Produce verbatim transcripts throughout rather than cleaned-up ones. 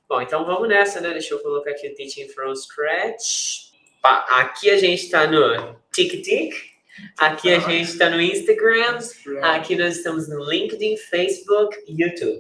Bom, então vamos nessa, né? Deixa eu colocar aqui o Teaching from Scratch. Aqui a gente está no TikTok, aqui a gente está no Instagram, aqui nós estamos no LinkedIn, Facebook e YouTube.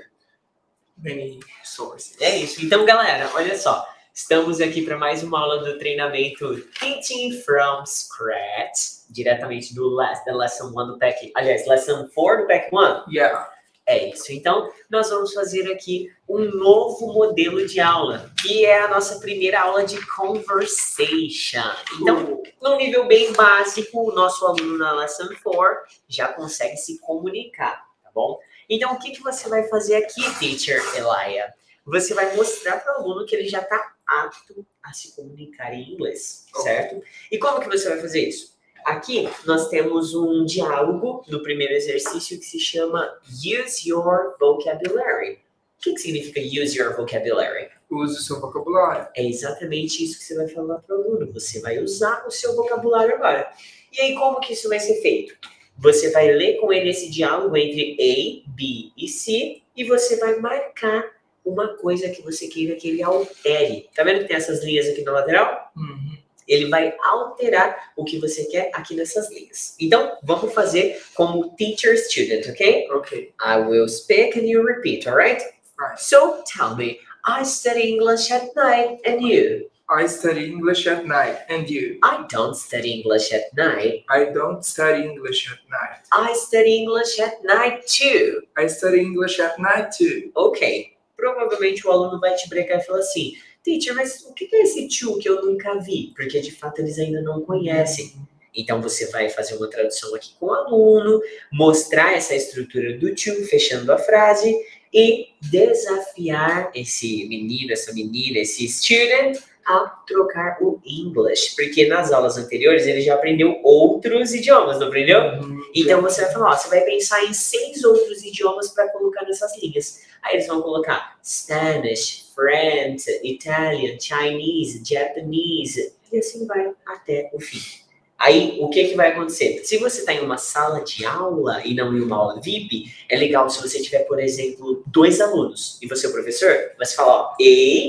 Many sources. É isso. Então, galera, olha só. Estamos aqui para mais uma aula do treinamento Teaching from Scratch, diretamente do last, da Lesson um do Pack, aliás, Lesson quatro do Pack um. Yeah. É isso. Então, nós vamos fazer aqui um novo modelo de aula, que é a nossa primeira aula de conversation. Então, num nível bem básico, o nosso aluno na Lesson quatro já consegue se comunicar, tá bom? Então, o que, que você vai fazer aqui, Teacher Elia? Você vai mostrar para o aluno que ele já está apto a se comunicar em inglês, certo? E como que você vai fazer isso? Aqui nós temos um diálogo no primeiro exercício que se chama Use Your Vocabulary. O que, que significa Use Your Vocabulary? Use o seu vocabulário. É exatamente isso que você vai falar para o aluno. Você vai usar o seu vocabulário agora. E aí, como que isso vai ser feito? Você vai ler com ele esse diálogo entre A, B e C e você vai marcar uma coisa que você queira que ele altere. Tá vendo que tem essas linhas aqui na lateral? Uhum. Ele vai alterar o que você quer aqui nessas linhas. Então, vamos fazer como teacher-student, ok? Ok. I will speak and you repeat, alright? Right. So, tell me, I study English at night and you? I study English at night. And you? I don't study English at night. I don't study English at night. I study English at night too. I study English at night too. Ok. Provavelmente o aluno vai te brecar e falar assim, teacher, mas o que é esse to que eu nunca vi? Porque de fato eles ainda não conhecem. Então você vai fazer uma tradução aqui com o aluno, mostrar essa estrutura do to, fechando a frase, e desafiar esse menino, essa menina, esse student a trocar o English. Porque nas aulas anteriores ele já aprendeu outros idiomas, não aprendeu? Uhum. Então você vai falar, ó, você vai pensar em seis outros idiomas para colocar nessas linhas. Aí eles vão colocar Spanish, French, Italian, Chinese, Japanese, e assim vai até o fim. Aí, o que, que vai acontecer? Se você está em uma sala de aula e não em uma aula V I P, é legal se você tiver, por exemplo, dois alunos e você é o professor, você fala, ó, A,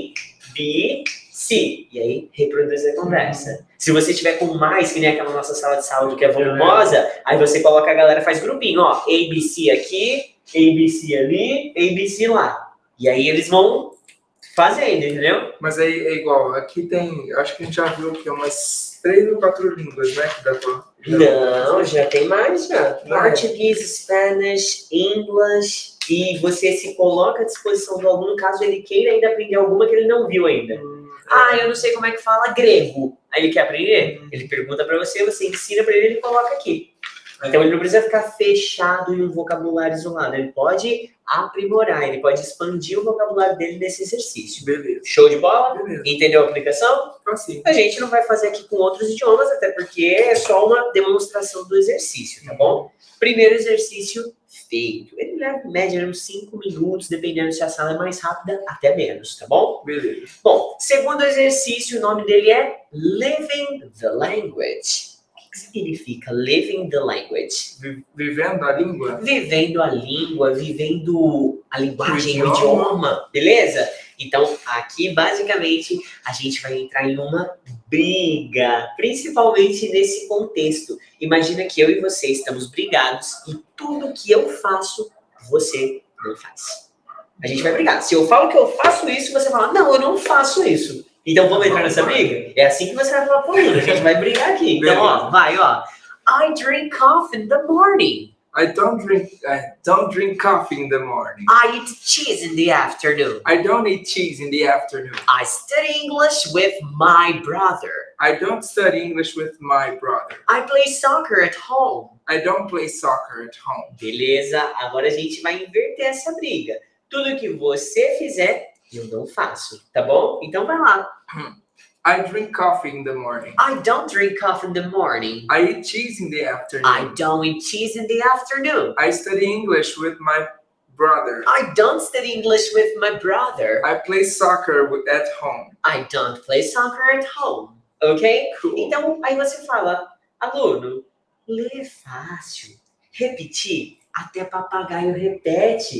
B, C, e aí reproduz a conversa. Se você tiver com mais, que nem aquela nossa sala de saúde que é volumosa, aí você coloca a galera, faz grupinho, ó, A, B, C aqui, A, B, C ali, A, B, C lá. E aí eles vão fazendo, entendeu? Mas aí é igual, aqui tem, acho que a gente já viu que é umas três ou quatro línguas, né? Que dá pra, Não, já tem mais já. Português, Spanish, English, e você se coloca à disposição do aluno caso ele queira ainda aprender alguma que ele não viu ainda. Hum, Ah, eu não sei como é que fala grego. Aí ele quer aprender? Hum. Ele pergunta pra você, você ensina pra ele e ele coloca aqui. Então ele não precisa ficar fechado em um vocabulário isolado, ele pode aprimorar, ele pode expandir o vocabulário dele nesse exercício. Beleza. Show de bola? Beleza. Entendeu a aplicação? Assim. A gente não vai fazer aqui com outros idiomas, até porque é só uma demonstração do exercício, tá bom? Primeiro exercício feito. Ele leva em média uns cinco minutos, dependendo se a sala é mais rápida, até menos, tá bom? Beleza. Bom, segundo exercício, o nome dele é Living the Language. O que significa living the language? Vivendo a língua? Vivendo a língua, vivendo a linguagem, o O idioma. idioma. Beleza? Então, aqui, basicamente, a gente vai entrar em uma briga, principalmente nesse contexto. Imagina que eu e você estamos brigados e tudo que eu faço, você não faz. A gente vai brigar. Se eu falo que eu faço isso, você fala, não, eu não faço isso. Então, vamos entrar nessa briga? É assim que você vai falar pro aluno. A gente vai brigar aqui. Então, ó, vai, ó. I drink coffee in the morning. I don't drink I don't drink coffee in the morning. I eat cheese in the afternoon. I don't eat cheese in the afternoon. I study English with my brother. I don't study English with my brother. I play soccer at home. I don't play soccer at home. Beleza, agora a gente vai inverter essa briga. Tudo que você fizer, eu não faço, tá bom? Então vai lá. I drink coffee in the morning. I don't drink coffee in the morning. I eat cheese in the afternoon. I don't eat cheese in the afternoon. I study English with my brother. I don't study English with my brother. I play soccer with, at home. I don't play soccer at home. Ok? Cool. Então, aí você fala, aluno, lê fácil. Repetir, até papagaio repete.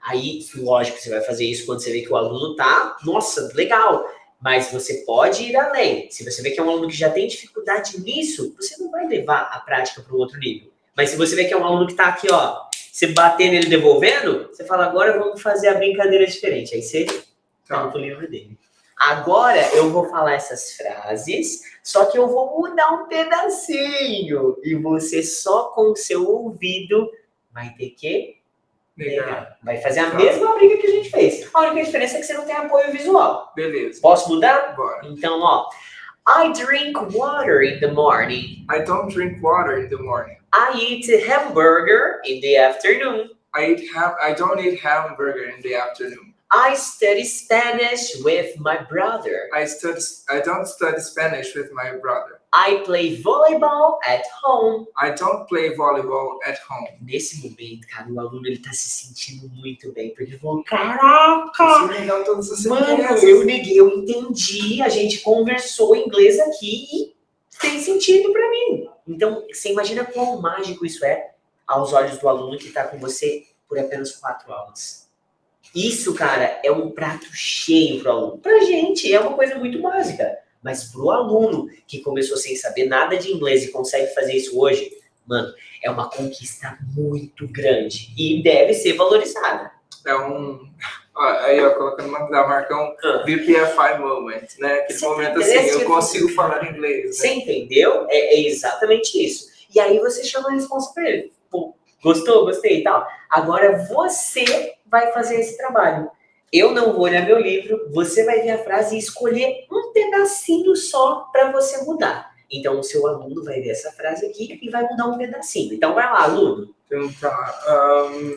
Aí, lógico, você vai fazer isso quando você vê que o aluno tá, nossa, legal. Mas você pode ir além. Se você vê que é um aluno que já tem dificuldade nisso, você não vai levar a prática para um outro nível. Mas se você vê que é um aluno que tá aqui, ó, você bater nele devolvendo, você fala, agora vamos fazer a brincadeira diferente. Aí você tampa o livro dele. Agora eu vou falar essas frases, só que eu vou mudar um pedacinho. E você só com o seu ouvido vai ter que negar. Vai fazer a Tá. mesma briga que a gente fez. A única diferença é que você não tem apoio visual. Beleza. Posso mudar? Bora. Então, ó. I drink water in the morning. I don't drink water in the morning. I eat a hamburger in the afternoon. I eat ham. I don't eat hamburger in the afternoon. I study Spanish with my brother. I study. I don't study Spanish with my brother. I play volleyball at home. I don't play volleyball at home. Nesse momento, cara, o aluno ele tá se sentindo muito bem, porque ele falou, caraca, Você negou todas as mano, sentenças. eu neguei, eu entendi, a gente conversou inglês aqui e fez sentido pra mim. Então, você imagina quão mágico isso é aos olhos do aluno que tá com você por apenas quatro aulas. Isso, cara, é um prato cheio pro aluno. Pra gente, é uma coisa muito básica. Mas pro aluno que começou sem saber nada de inglês e consegue fazer isso hoje, mano, é uma conquista muito grande e deve ser valorizada. É um... Ó, aí, ó, colocando uma da Marcão, Ah. V P F I moment, né? Aquele Você momento entendeu? assim, eu Você- consigo falar inglês, Você né? entendeu? É, é exatamente isso. E aí você chama a resposta pra ele. Pô, gostou? Gostei e tal. Agora você vai fazer esse trabalho. Eu não vou olhar meu livro, você vai ver a frase e escolher um pedacinho só para você mudar. Então o seu aluno vai ver essa frase aqui e vai mudar um pedacinho. Então vai lá, aluno. Então tá. Um,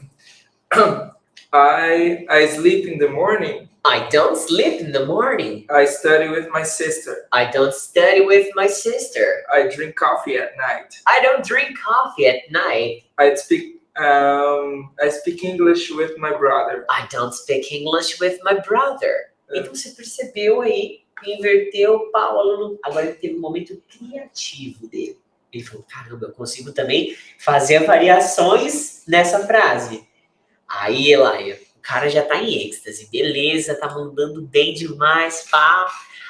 I, I sleep in the morning. I don't sleep in the morning. I study with my sister. I don't study with my sister. I drink coffee at night. I don't drink coffee at night. I speak um, I speak English with my brother. I don't speak English with my brother. Então você percebeu aí, inverteu o pau, aluno. Agora ele teve um momento criativo dele. Ele falou, caramba, eu consigo também fazer variações nessa frase. Aí, Elaia, o cara já tá em êxtase. Beleza, tá mandando bem demais, pá.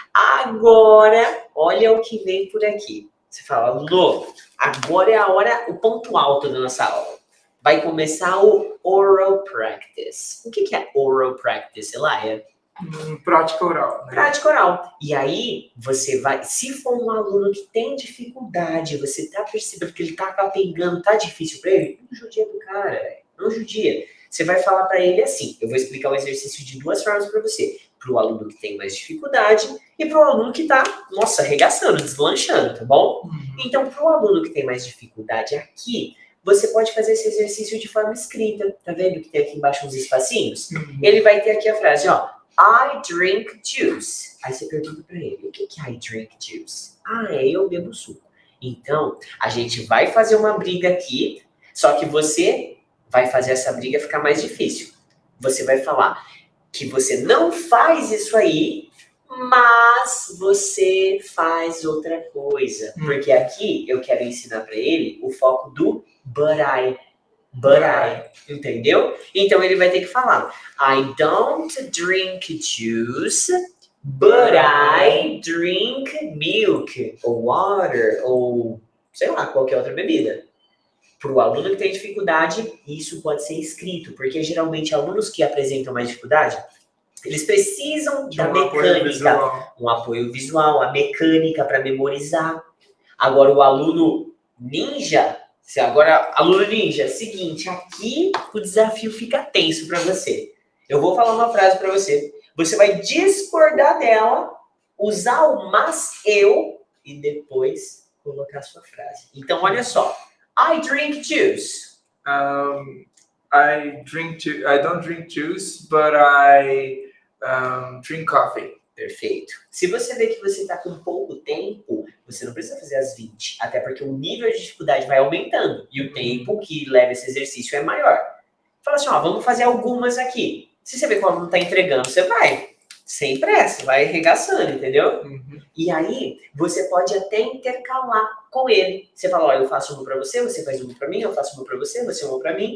Agora, olha o que vem por aqui. Você fala, aluno, agora é a hora, o ponto alto da nossa aula. Vai começar o oral practice. O que que é oral practice, Elaia? Hum, prática oral, né? Prática oral. E aí, você vai... Se for um aluno que tem dificuldade, você tá percebendo que ele tá capengando, tá difícil pra ele, não judia do cara, velho. Não judia. Você vai falar pra ele assim, eu vou explicar o exercício de duas formas pra você. Pro aluno que tem mais dificuldade e pro aluno que tá, nossa, arregaçando, deslanchando, tá bom? Uhum. Então, pro aluno que tem mais dificuldade aqui, você pode fazer esse exercício de forma escrita. Tá vendo que tem aqui embaixo uns espacinhos? Uhum. Ele vai ter aqui a frase, ó. I drink juice. Aí você pergunta pra ele, o que que é I drink juice? Ah, é eu bebo suco. Então, a gente vai fazer uma briga aqui, só que você vai fazer essa briga ficar mais difícil. Você vai falar que você não faz isso aí, mas você faz outra coisa. Hum. Porque aqui eu quero ensinar pra ele o foco do but I. But I. Entendeu? Então ele vai ter que falar I don't drink juice, but I drink milk, ou water, ou sei lá, qualquer outra bebida. Para o aluno que tem dificuldade, isso pode ser escrito, porque geralmente alunos que apresentam mais dificuldade, eles precisam De da um apoio mecânica, visual. um apoio visual, a mecânica para memorizar. Agora o aluno ninja, se agora aluno ninja, seguinte, aqui o desafio fica tenso para você. Eu vou falar uma frase para você, você vai discordar dela, usar o mas eu e depois colocar a sua frase. Então olha só. I drink juice. Um, I drink ju- I don't drink juice, but I um, drink coffee. Perfeito. Se você vê que você está com pouco tempo, você não precisa fazer as vinte, até porque o nível de dificuldade vai aumentando e o tempo que leva esse exercício é maior. Fala assim, ó, vamos fazer algumas aqui. Se você vê que o aluno está entregando, você vai. Sem pressa, vai arregaçando, entendeu? Uhum. E aí, você pode até intercalar com ele. Você fala, ó, eu faço uma pra você, você faz uma pra mim, eu faço uma pra você, você uma pra mim.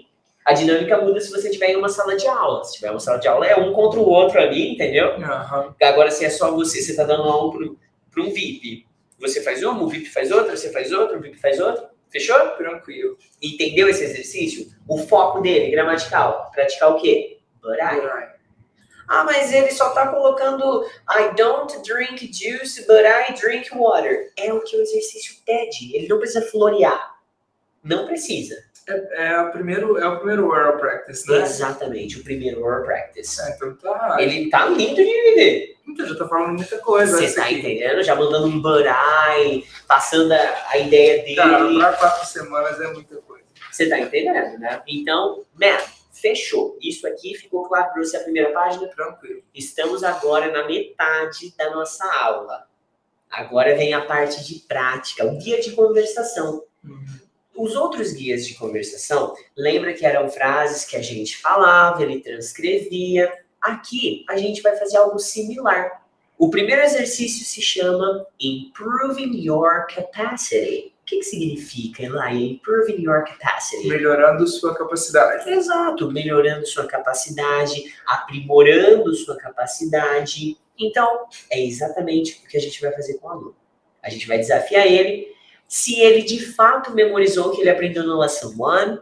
A dinâmica muda se você estiver em uma sala de aula. Se tiver uma sala de aula, é um contra o outro ali, entendeu? Aham. Agora, se é só você, você tá dando aula para um V I P. Você faz uma, o V I P faz outra, você faz outra, o V I P faz outra. Fechou? Tranquilo. Entendeu esse exercício? O foco dele, gramatical. Praticar o quê? But I. Right. Ah, mas ele só tá colocando I don't drink juice, but I drink water. É o que o exercício pede. Ele não precisa florear. Não precisa. É, é, o primeiro, é o primeiro oral practice, né? Exatamente, o primeiro oral practice. Ah, então tá. Ele tá lindo de viver. Então já tá falando muita coisa. Você esse tá aqui. entendendo? Já mandando um burai, passando a, a ideia dele. Cara, pra quatro semanas é muita coisa. Você tá entendendo, né? Então, man, fechou. Isso aqui ficou claro para você a primeira página? Tranquilo. Estamos agora na metade da nossa aula. Agora vem a parte de prática, o guia de conversação. Uhum. Os outros guias de conversação, lembra que eram frases que a gente falava, ele transcrevia. Aqui, a gente vai fazer algo similar. O primeiro exercício se chama Improving Your Capacity. O que, que significa, Eli? Improving Your Capacity. Melhorando sua capacidade. Exato, melhorando sua capacidade, aprimorando sua capacidade. Então, é exatamente o que a gente vai fazer com o aluno. A gente vai desafiar ele se ele de fato memorizou o que ele aprendeu na lição um, dois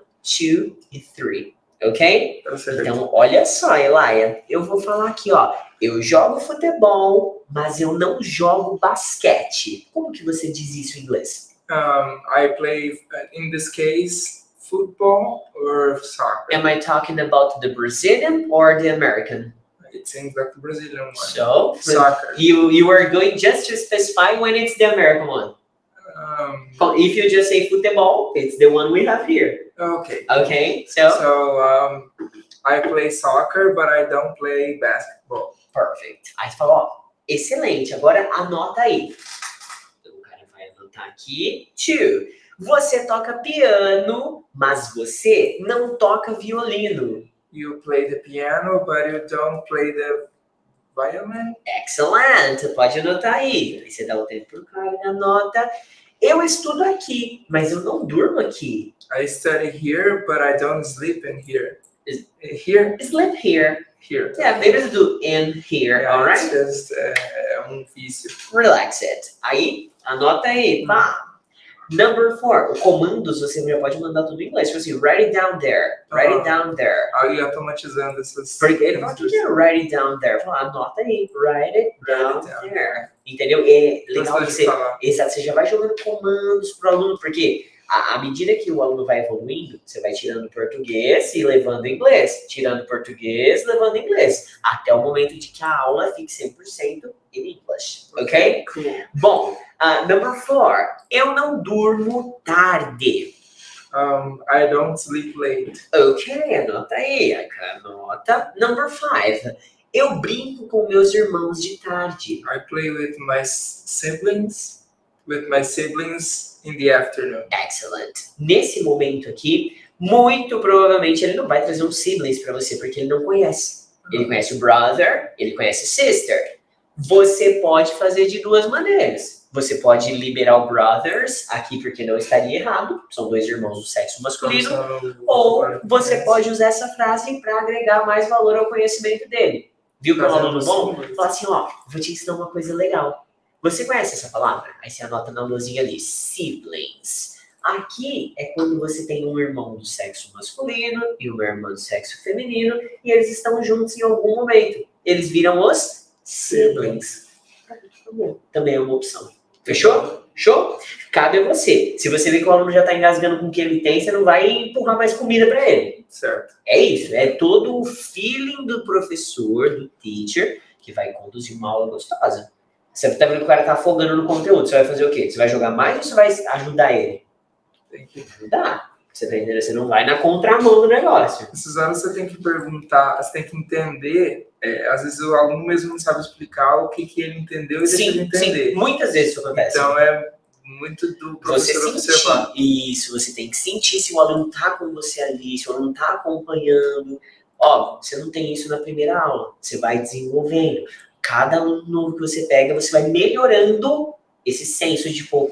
e três, ok? Então, olha só, Elaia, eu vou falar aqui, ó. Eu jogo futebol, mas eu não jogo basquete. Como que você diz isso em inglês? Um, I play, in this case, football or soccer. Am I talking about the Brazilian or the American? It seems like the Brazilian one. So, Soccer. you, you are going just to specify when it's the American one. Um, If you just say futebol, it's the one we have here. okay. Okay, so, So, um, I play soccer, but I don't play basketball. perfect. Aí você fala, ó, excelente, agora anota aí. Então o cara vai anotar aqui. Two, você toca piano, mas você não toca violino. You play the piano, but you don't play the violin. Excellent, pode anotar aí. Aí você dá o tempo pro cara, ele anota. Eu estudo aqui, mas eu não durmo aqui. I study here, but I don't sleep in here. Is here? Sleep here. Here. Yeah, maybe to do in here, Yeah, alright? it's just uh, um vício. Relax it. Aí, anota aí, pá. Number four, o comandos você já pode mandar tudo em inglês. Tipo assim, write it down there, write it down there. Aí automatizando essas... Porque ele fala, o que é write it down there? Fala, anota aí, write it down, Write it down. there. Entendeu? É legal Gostoso de você... falar. Exato, você já vai jogando comandos pro aluno, porque à à medida que o aluno vai evoluindo, você vai tirando português e levando inglês, tirando português, levando inglês, até o momento de que a aula fique cem por cento em inglês, ok? Cool. Bom, uh, number four, eu não durmo tarde. Um, I don't sleep late. Ok, anota aí, anota. Number five, eu brinco com meus irmãos de tarde. I play with my siblings, with my siblings in the afternoon. Excellent. Nesse momento aqui, muito provavelmente ele não vai trazer um siblings para você, porque ele não conhece. Ele conhece o brother, ele conhece o sister. Você pode fazer de duas maneiras. Você pode liberar o brothers aqui, porque não estaria errado. São dois irmãos do sexo masculino. Ou você pode usar essa frase para agregar mais valor ao conhecimento dele. Viu que é um aluno bom? Fala assim, ó, vou te ensinar uma coisa legal. Você conhece essa palavra? Aí você anota na luzinha ali, siblings. Aqui é quando você tem um irmão do sexo masculino e uma irmã do sexo feminino e eles estão juntos em algum momento. Eles viram os siblings. Também é uma opção. Fechou? Show? Cabe a você. Se você vê que o aluno já está engasgando com o que ele tem, você não vai empurrar mais comida para ele. Certo. É isso. É todo o feeling do professor, do teacher, que vai conduzir uma aula gostosa. Você tá vendo que o cara tá afogando no conteúdo. Você vai fazer o quê? Você vai jogar mais ou você vai ajudar ele? Tem que... Ajudar. Você tá entendendo? Você não vai na contramão do negócio. Essas horas você tem que perguntar, você tem que entender. É, às vezes o aluno mesmo não sabe explicar o que, que ele entendeu e deixa ele Sim, entender. sim. Muitas vezes isso acontece. Então é muito do Você professor observar. sentir isso, você tem que sentir se o aluno tá com você ali, se o aluno tá acompanhando. Ó, você não tem isso na primeira aula. Você vai desenvolvendo. Cada aluno novo que você pega, você vai melhorando esse senso de, pô, opa,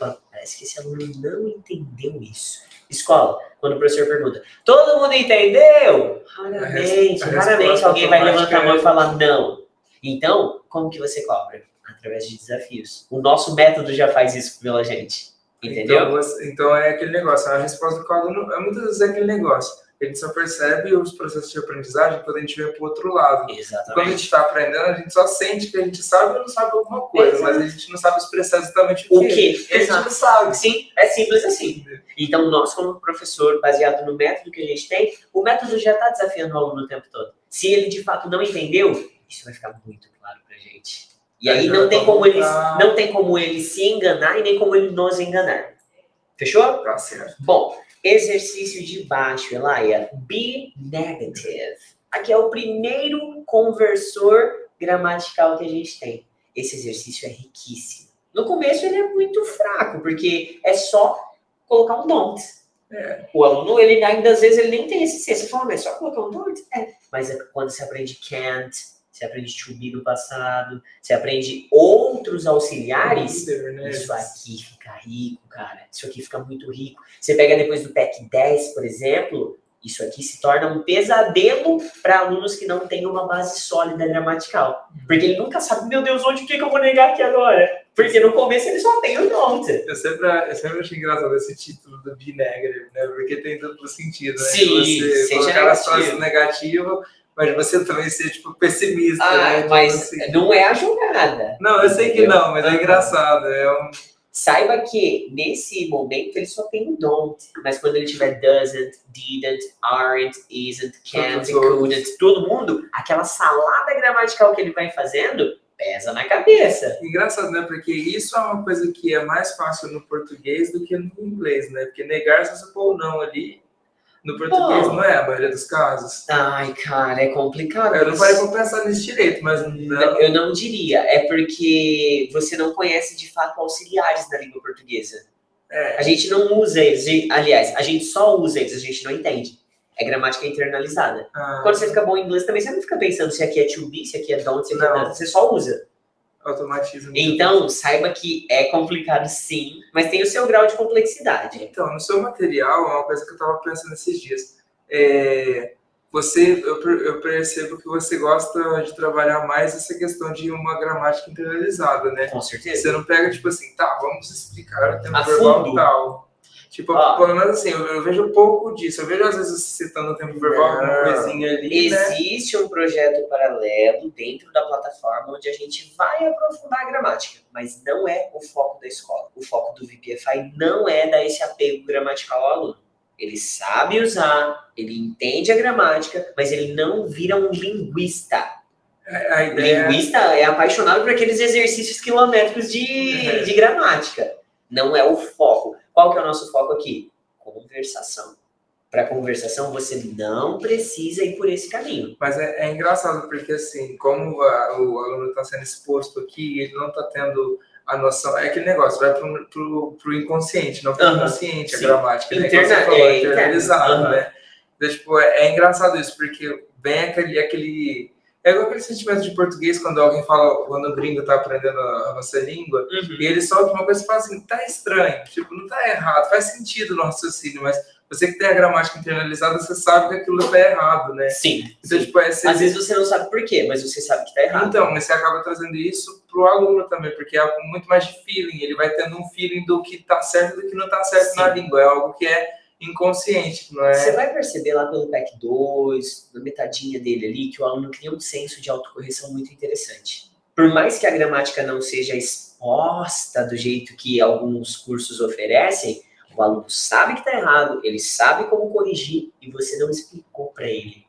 parece que esse aluno não entendeu isso. Escola, quando o professor pergunta, todo mundo entendeu? Raramente, A res- a raramente resposta alguém vai automática levantar a mão é- e falar não. Então, como que você cobra? Através de desafios. O nosso método já faz isso pela gente. Entendeu? Então, você- então é aquele negócio, a resposta do aluno é muitas vezes é aquele negócio. A gente só percebe os processos de aprendizagem quando a gente vem para o outro lado. Exatamente. Quando a gente está aprendendo, a gente só sente que a gente sabe ou não sabe alguma coisa, Exato. mas a gente não sabe expressar exatamente o, O quê? que. A gente não sabe. Sim, é simples assim. Então, nós, como professor, baseado no método que a gente tem, o método já está desafiando o aluno o tempo todo. Se ele, de fato, não entendeu, isso vai ficar muito claro pra gente. E aí não tem como ele, não tem como ele se enganar e nem como ele nos enganar. Fechou? Tá certo. Bom, exercício de baixo, Elaia. Be negative. Aqui é o primeiro conversor gramatical que a gente tem. Esse exercício é riquíssimo. No começo ele é muito fraco, porque é só colocar um don't. É. O aluno, ele ainda às vezes ele nem tem esse senso. Você fala, mas é só colocar um don't? É. Mas é quando você aprende can't, você aprende to be no passado, você aprende outros auxiliares, Líder, né? isso aqui fica rico, cara. Isso aqui fica muito rico. Você pega depois do P E C dez, por exemplo, isso aqui se torna um pesadelo para alunos que não têm uma base sólida gramatical. Porque ele nunca sabe, meu Deus, onde que, que eu vou negar aqui agora? Porque no começo ele só tem o don't. Eu sempre, eu sempre achei engraçado esse título do Be Negative, né? Porque tem duplo sentido, né? Sim, você seja colocar as frases negativo. negativas, mas você também ser, tipo, pessimista, Ah, né? Tipo mas assim. não é a jogada. Não, eu sei que Entendeu? não, mas é engraçado. É um... Saiba que, nesse momento, ele só tem o don't. Mas quando ele tiver doesn't, didn't, aren't, isn't, can't, couldn't, todo mundo, aquela salada gramatical que ele vai fazendo, pesa na cabeça. Engraçado, né? Porque isso é uma coisa que é mais fácil no português do que no inglês, né? Porque negar, se você pôr o não ali, no português Bom, não é a maioria dos casos. Ai, cara, é complicado. Eu não isso. parei pra pensar nisso direito, mas não. Eu não diria. É porque você não conhece, de fato, auxiliares da língua portuguesa. É. A gente não usa eles. Aliás, a gente só usa eles, a gente não entende. É gramática internalizada. Ah, Quando você fica bom em inglês também, você não fica pensando se aqui é to be, se aqui é don't, se aqui é Não. doesn't. Você só usa. automatismo. Então, saiba que é complicado sim, mas tem o seu grau de complexidade. Então, no seu material, é uma coisa que eu estava pensando esses dias. É, você, eu, per- eu percebo que você gosta de trabalhar mais essa questão de uma gramática internalizada, né? Com Você certeza. não pega, tipo assim, tá, vamos explicar o tempo A verbal fundo. tal. Tipo, Ó. pelo menos assim, eu, eu vejo um pouco disso. Eu vejo às vezes você citando o tempo verbal, alguma coisinha ali, né? Existe um projeto paralelo dentro da plataforma onde a gente vai aprofundar a gramática, mas não é o foco da escola. O foco do V P F I não é dar esse apego gramatical ao aluno. Ele sabe usar, ele entende a gramática, mas ele não vira um linguista. A O ideia linguista é apaixonado por aqueles exercícios quilométricos de, de gramática. Não é o foco. Qual que é o nosso foco aqui? Conversação. Para conversação, você não precisa ir por esse caminho. Mas é, é engraçado, porque assim, como a- o aluno está sendo exposto aqui, ele não está tendo a noção. É aquele negócio, vai para o inconsciente, não para o Aham, consciente, a sim. gramática. Né? Interna- Como você falou, é, internalizado, interno, né? Então, tipo, é, é engraçado isso, porque vem aquele, aquele. É igual aquele sentimento de português quando alguém fala, quando o gringo está aprendendo a, a nossa língua, Uhum. e ele solta uma coisa e fala assim, tá estranho, tipo, não tá errado, faz sentido no raciocínio, mas você que tem a gramática internalizada, você sabe que aquilo tá errado, né? Sim. Então, sim. tipo, é ser... Às vezes você não sabe por quê, mas você sabe que tá errado. Então, mas você acaba trazendo isso pro aluno também, porque é muito mais de feeling, ele vai tendo um feeling do que tá certo e do que não tá certo Sim. na língua, é algo que é inconsciente, não é? Você vai perceber lá pelo P E C dois, na metadinha dele ali, que o aluno cria um senso de autocorreção muito interessante. Por mais que a gramática não seja exposta do jeito que alguns cursos oferecem, o aluno sabe que está errado, ele sabe como corrigir e você não explicou para ele.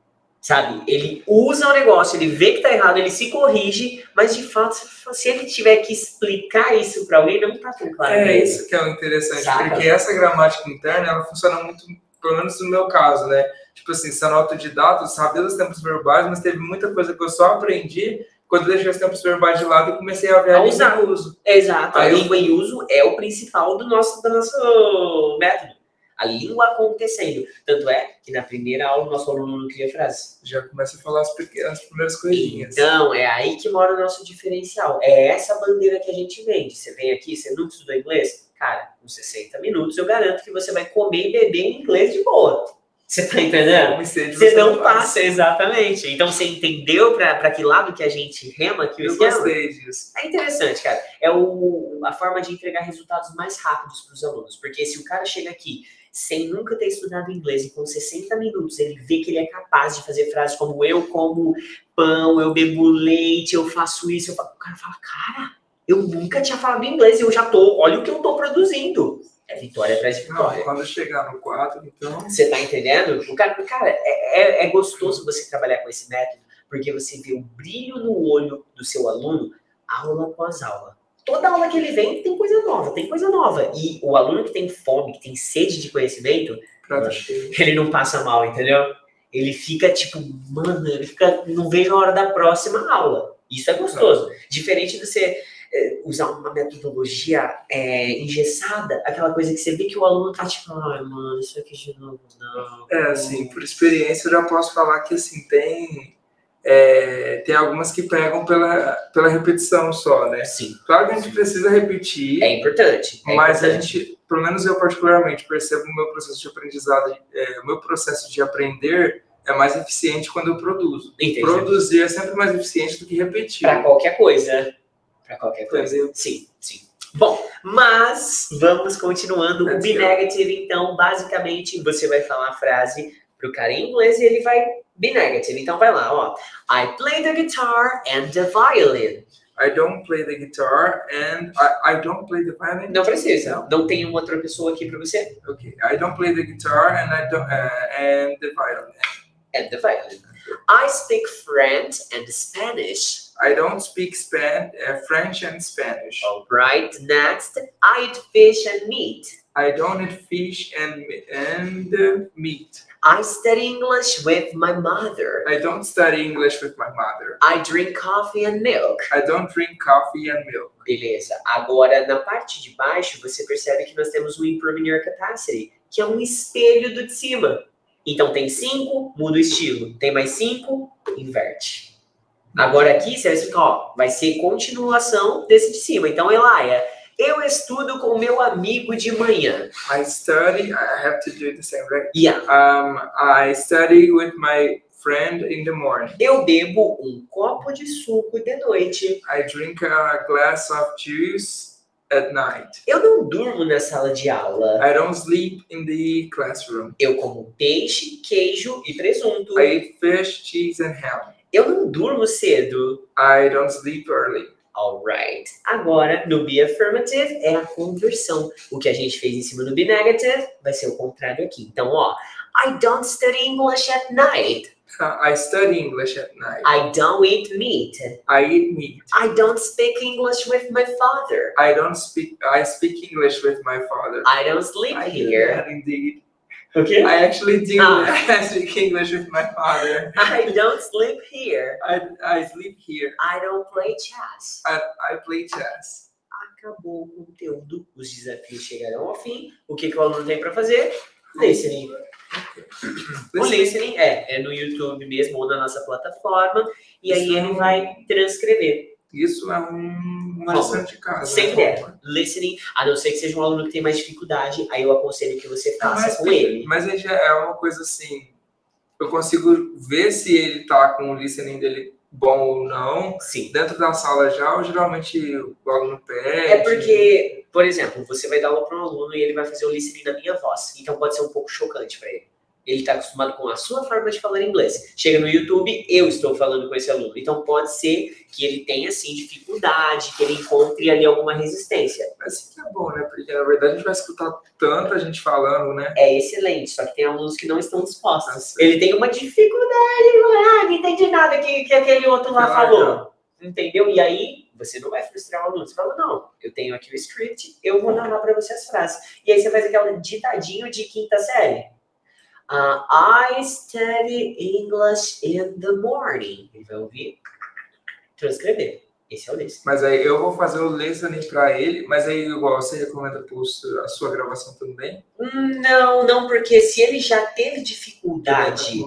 Sabe? Ele usa o negócio, ele vê que está errado, ele se corrige, mas de fato, se ele tiver que explicar isso para alguém, não está tão claro. É isso que é o interessante, Saca? porque essa gramática interna, ela funciona muito, pelo menos no meu caso, né? Tipo assim, você é autodidata, eu sabia dos tempos verbais, mas teve muita coisa que eu só aprendi quando eu deixei os tempos verbais de lado e comecei a ver a língua em uso. Exato, a Aí eu- língua em uso é o principal do nosso, do nosso método. A língua acontecendo. Tanto é que na primeira aula o nosso aluno não cria frase. Já começa a falar as, pequenas, as primeiras coisinhas. Então, é aí que mora o nosso diferencial. É essa bandeira que a gente vende. Você vem aqui, você nunca estudou inglês? Cara, com sessenta minutos eu garanto que você vai comer e beber em inglês de boa. Você tá entendendo? Você, você não passa, exatamente. Então você entendeu para que lado que a gente rema aqui o eu esquema? gostei disso. É interessante, cara. É o, a forma de entregar resultados mais rápidos para os alunos. Porque se o cara chega aqui sem nunca ter estudado inglês e com sessenta minutos ele vê que ele é capaz de fazer frases como eu como pão, eu bebo leite, eu faço isso, eu faço... o cara fala, cara, eu nunca tinha falado inglês e eu já tô, olha o que eu tô produzindo. É vitória atrás de vitória. Não, quando chegar no quatro, então... Você tá entendendo? O cara, cara é, é, é gostoso você trabalhar com esse método, porque você vê o brilho no olho do seu aluno, aula após aula. Toda aula que ele vem tem coisa nova, tem coisa nova. E o aluno que tem fome, que tem sede de conhecimento, Prato ele não passa mal, entendeu? Ele fica tipo, mano, ele fica, não vejo a hora da próxima aula. Isso é gostoso. Diferente de você usar uma metodologia é, engessada, aquela coisa que você vê que o aluno tá tipo, ai, mano, isso aqui de novo, não. É, assim, por experiência eu já posso falar que, assim, tem, é, tem algumas que pegam pela, pela repetição só, né? Sim. Claro que a gente precisa repetir. É importante. É mas importante. a gente, pelo menos eu particularmente, percebo o meu processo de aprendizado, é, o meu processo de aprender é mais eficiente quando eu produzo. Entendi. Produzir é sempre mais eficiente do que repetir. Para qualquer coisa. Para qualquer coisa. Entendeu? Sim, sim. Bom, mas vamos continuando. O be negative, então, basicamente, você vai falar a frase pro cara em inglês e ele vai be negative. Então, vai lá, ó. I play the guitar and the violin. I don't play the guitar and I, I don't play the violin. Não precisa. Não, não tem uma outra pessoa aqui para você. Okay. I don't play the guitar and I don't uh, and the violin. And the violin. I speak French and Spanish. I don't speak Span uh, French and Spanish. All right. Next, I eat fish and meat. I don't eat fish and and uh, meat. I study English with my mother. I don't study English with my mother. I drink coffee and milk. I don't drink coffee and milk. Beleza. Agora, na parte de baixo, você percebe que nós temos o Improving Your Capacity, que é um espelho do de cima. Então, tem cinco, muda o estilo. Tem mais cinco, inverte. Agora aqui, você vai explicar, ó, vai ser continuação desse de cima. Então, Elaia, eu estudo com meu amigo de manhã. I study, I have to do it the same, right? Yeah. Um, I study with my friend in the morning. Eu bebo um copo de suco de noite. I drink a glass of juice at night. Eu não durmo na sala de aula. I don't sleep in the classroom. Eu como peixe, queijo e presunto. I eat fish, cheese and ham. Eu não durmo cedo. I don't sleep early. Alright. Agora, no be affirmative é a conversão. O que a gente fez em cima do be negative vai ser o contrário aqui. Então, ó, I don't study English at night. Uh, I study English at night. I don't eat meat. I eat meat. I don't speak English with my father. I don't speak. I speak English with my father. I don't sleep I do here. that indeed. Okay. I actually do. Ah. I speak English with my father. I don't sleep here. I I sleep here. I don't play chess. I I play chess. Acabou o conteúdo. Os desafios chegarão ao fim. O que, que o aluno tem para fazer? Listening. O listening é, é no YouTube mesmo ou na nossa plataforma. E aí ele vai transcrever. Isso é um, uma lição de casa. Sem né? ideia. Listening, a não ser que seja um aluno que tem mais dificuldade, aí eu aconselho que você faça Mas, com ele. mas aí já é uma coisa assim, eu consigo ver se ele tá com o listening dele bom ou não. Sim. Dentro da sala já, ou geralmente o aluno pede. É porque, por exemplo, você vai dar aula para um aluno e ele vai fazer o listening na minha voz. Então pode ser um pouco chocante para ele. Ele está acostumado com a sua forma de falar inglês. Chega no YouTube, eu estou falando com esse aluno. Então pode ser que ele tenha, assim, dificuldade, que ele encontre ali alguma resistência. Mas isso que é bom, né? Porque na verdade a gente vai escutar tanta gente falando, né? É excelente, só que tem alunos que não estão dispostos. Nossa. Ele tem uma dificuldade, ah, não entendi nada que, que aquele outro lá Ah, falou. Entendeu? E aí, você não vai frustrar o aluno. Você fala, não, eu tenho aqui o script, eu vou narrar para você as frases. E aí você faz aquele ditadinho de quinta série. Uh, I study English in the morning. Ele vai ouvir, transcrever. Esse é o listening. Mas aí eu vou fazer o listening para ele, mas aí igual você recomenda a sua gravação também? Não, não, porque se ele já teve dificuldade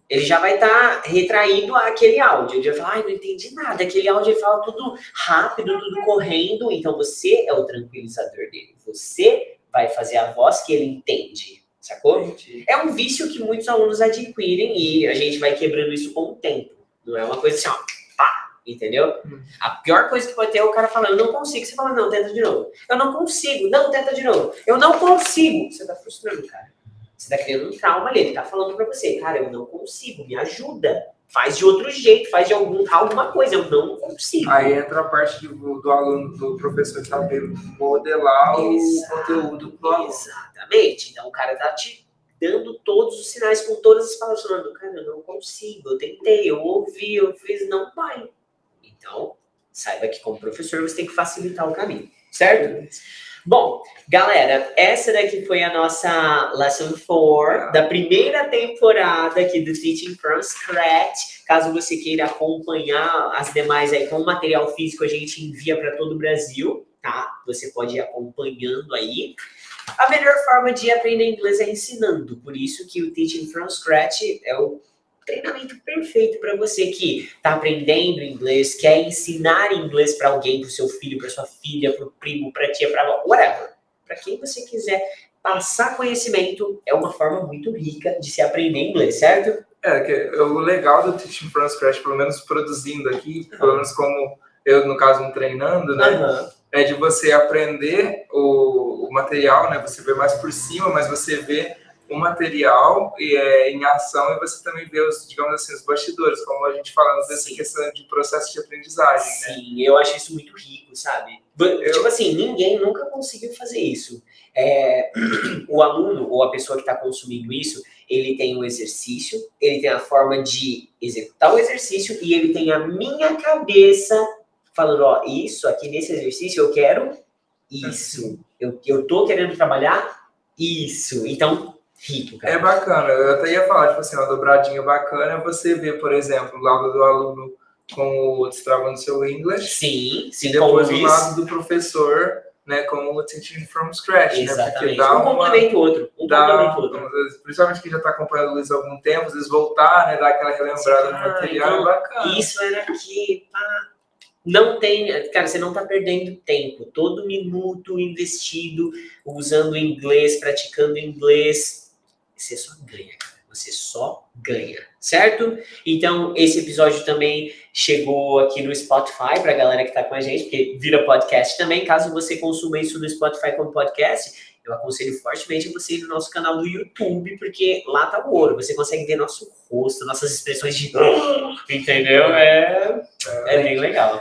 Ele já vai estar tá retraído àquele áudio. Ele vai falar, ai, não entendi nada. Aquele áudio ele fala tudo rápido, tudo correndo. Então você é o tranquilizador dele. Você vai fazer a voz que ele entende. Sacou? Entendi. É um vício que muitos alunos adquirem e a gente vai quebrando isso com o tempo. Não é uma coisa assim, ó, pá, entendeu? Hum. A pior coisa que pode ter é o cara falando, eu não consigo. Você fala, não, tenta de novo. Eu não consigo. Não, tenta de novo. Eu não consigo. Você tá frustrando, cara. Você tá criando um trauma ali. Ele tá falando pra você, cara, eu não consigo. Me ajuda. Faz de outro jeito. Faz de algum, alguma coisa. Eu não consigo. Aí entra a parte do, do aluno, do professor saber modelar Exato, o conteúdo pro aluno. Exatamente. Então o cara tá te dando todos os sinais com todas as palavras, falando, cara, eu não consigo, eu tentei, eu ouvi, eu fiz, não vai. Então, saiba que como professor você tem que facilitar o caminho, certo? Bom, galera, essa daqui foi a nossa Lesson quatro da primeira temporada aqui do Teaching from Scratch. Caso você queira acompanhar as demais aí com material físico, a gente envia para todo o Brasil, tá? Você pode ir acompanhando aí. A melhor forma de aprender inglês é ensinando, por isso que o Teaching from Scratch é o treinamento perfeito para você que está aprendendo inglês, quer ensinar inglês para alguém, para o seu filho, para sua filha, para o primo, para a tia, para whatever. Para quem você quiser passar conhecimento, é uma forma muito rica de se aprender inglês, certo? É, que o legal do Teaching from Scratch, pelo menos produzindo aqui, uhum. pelo menos como eu, no caso, me treinando, né? Uhum. É de você aprender o, o material, né? Você vê mais por cima, mas você vê o material e, é, em ação e você também vê os, digamos assim, os bastidores, como a gente falando dessa questão de processo de aprendizagem, Sim, né? Sim, eu acho isso muito rico, sabe? Eu... Tipo assim, ninguém nunca conseguiu fazer isso. É, o aluno ou a pessoa que está consumindo isso, ele tem um exercício, ele tem a forma de executar o exercício e ele tem a minha cabeça falando, ó, isso aqui nesse exercício eu quero isso. Eu, eu tô querendo trabalhar isso. Então, rico, cara. É bacana. Eu até ia falar, tipo assim, uma dobradinha bacana é você ver, por exemplo, o lado do aluno com o Destravando Seu English. Sim, sim. E depois o lado do professor, né, com o Teaching from Scratch. Exatamente. Né? Porque dá um complementa o outro. Um dá, complementa o outro. Principalmente quem já está acompanhando o Luiz há algum tempo, às vezes voltar, né, dar aquela relembrada no material, então, é bacana. Isso era aqui, pá. Não tem, cara, você não tá perdendo tempo. Todo minuto investido usando inglês, praticando inglês, você só ganha, cara. Você só ganha, certo? Então, esse episódio também chegou aqui no Spotify pra galera que tá com a gente, porque vira podcast também. Caso você consuma isso no Spotify como podcast, eu aconselho fortemente você ir no nosso canal do YouTube, porque lá tá o ouro. Você consegue ver nosso rosto, nossas expressões de... Entendeu? É, é bem legal.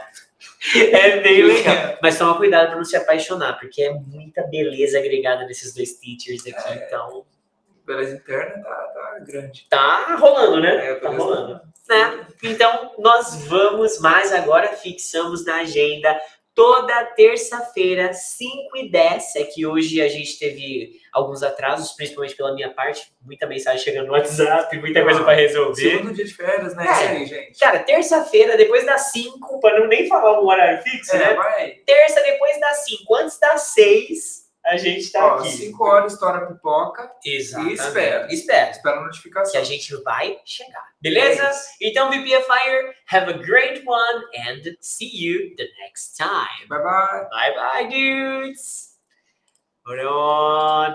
É bem legal. Mas toma cuidado para não se apaixonar, porque é muita beleza agregada nesses dois teachers aqui, é, então... Beleza interna tá, tá grande. Tá rolando, né? É, tá rolando. Né? Então, nós vamos mais agora, fixamos na agenda toda terça-feira, cinco e dez. É que hoje a gente teve alguns atrasos, principalmente pela minha parte. Muita mensagem chegando no WhatsApp, muita coisa ah, para resolver. Segundo dia de férias, né? É, isso aí, gente. Cara, terça-feira, depois das cinco, para não nem falar um horário fixo, é, né? Vai. Terça, depois das cinco, antes das seis, a gente tá Ó, aqui. cinco horas, estoura a pipoca. Exatamente. E espera. Espera. Espera a notificação. Que a gente vai chegar. Beleza? É então, V P F I, have a great one and see you the next time. Bye, bye. Bye, bye, dudes. Hold on.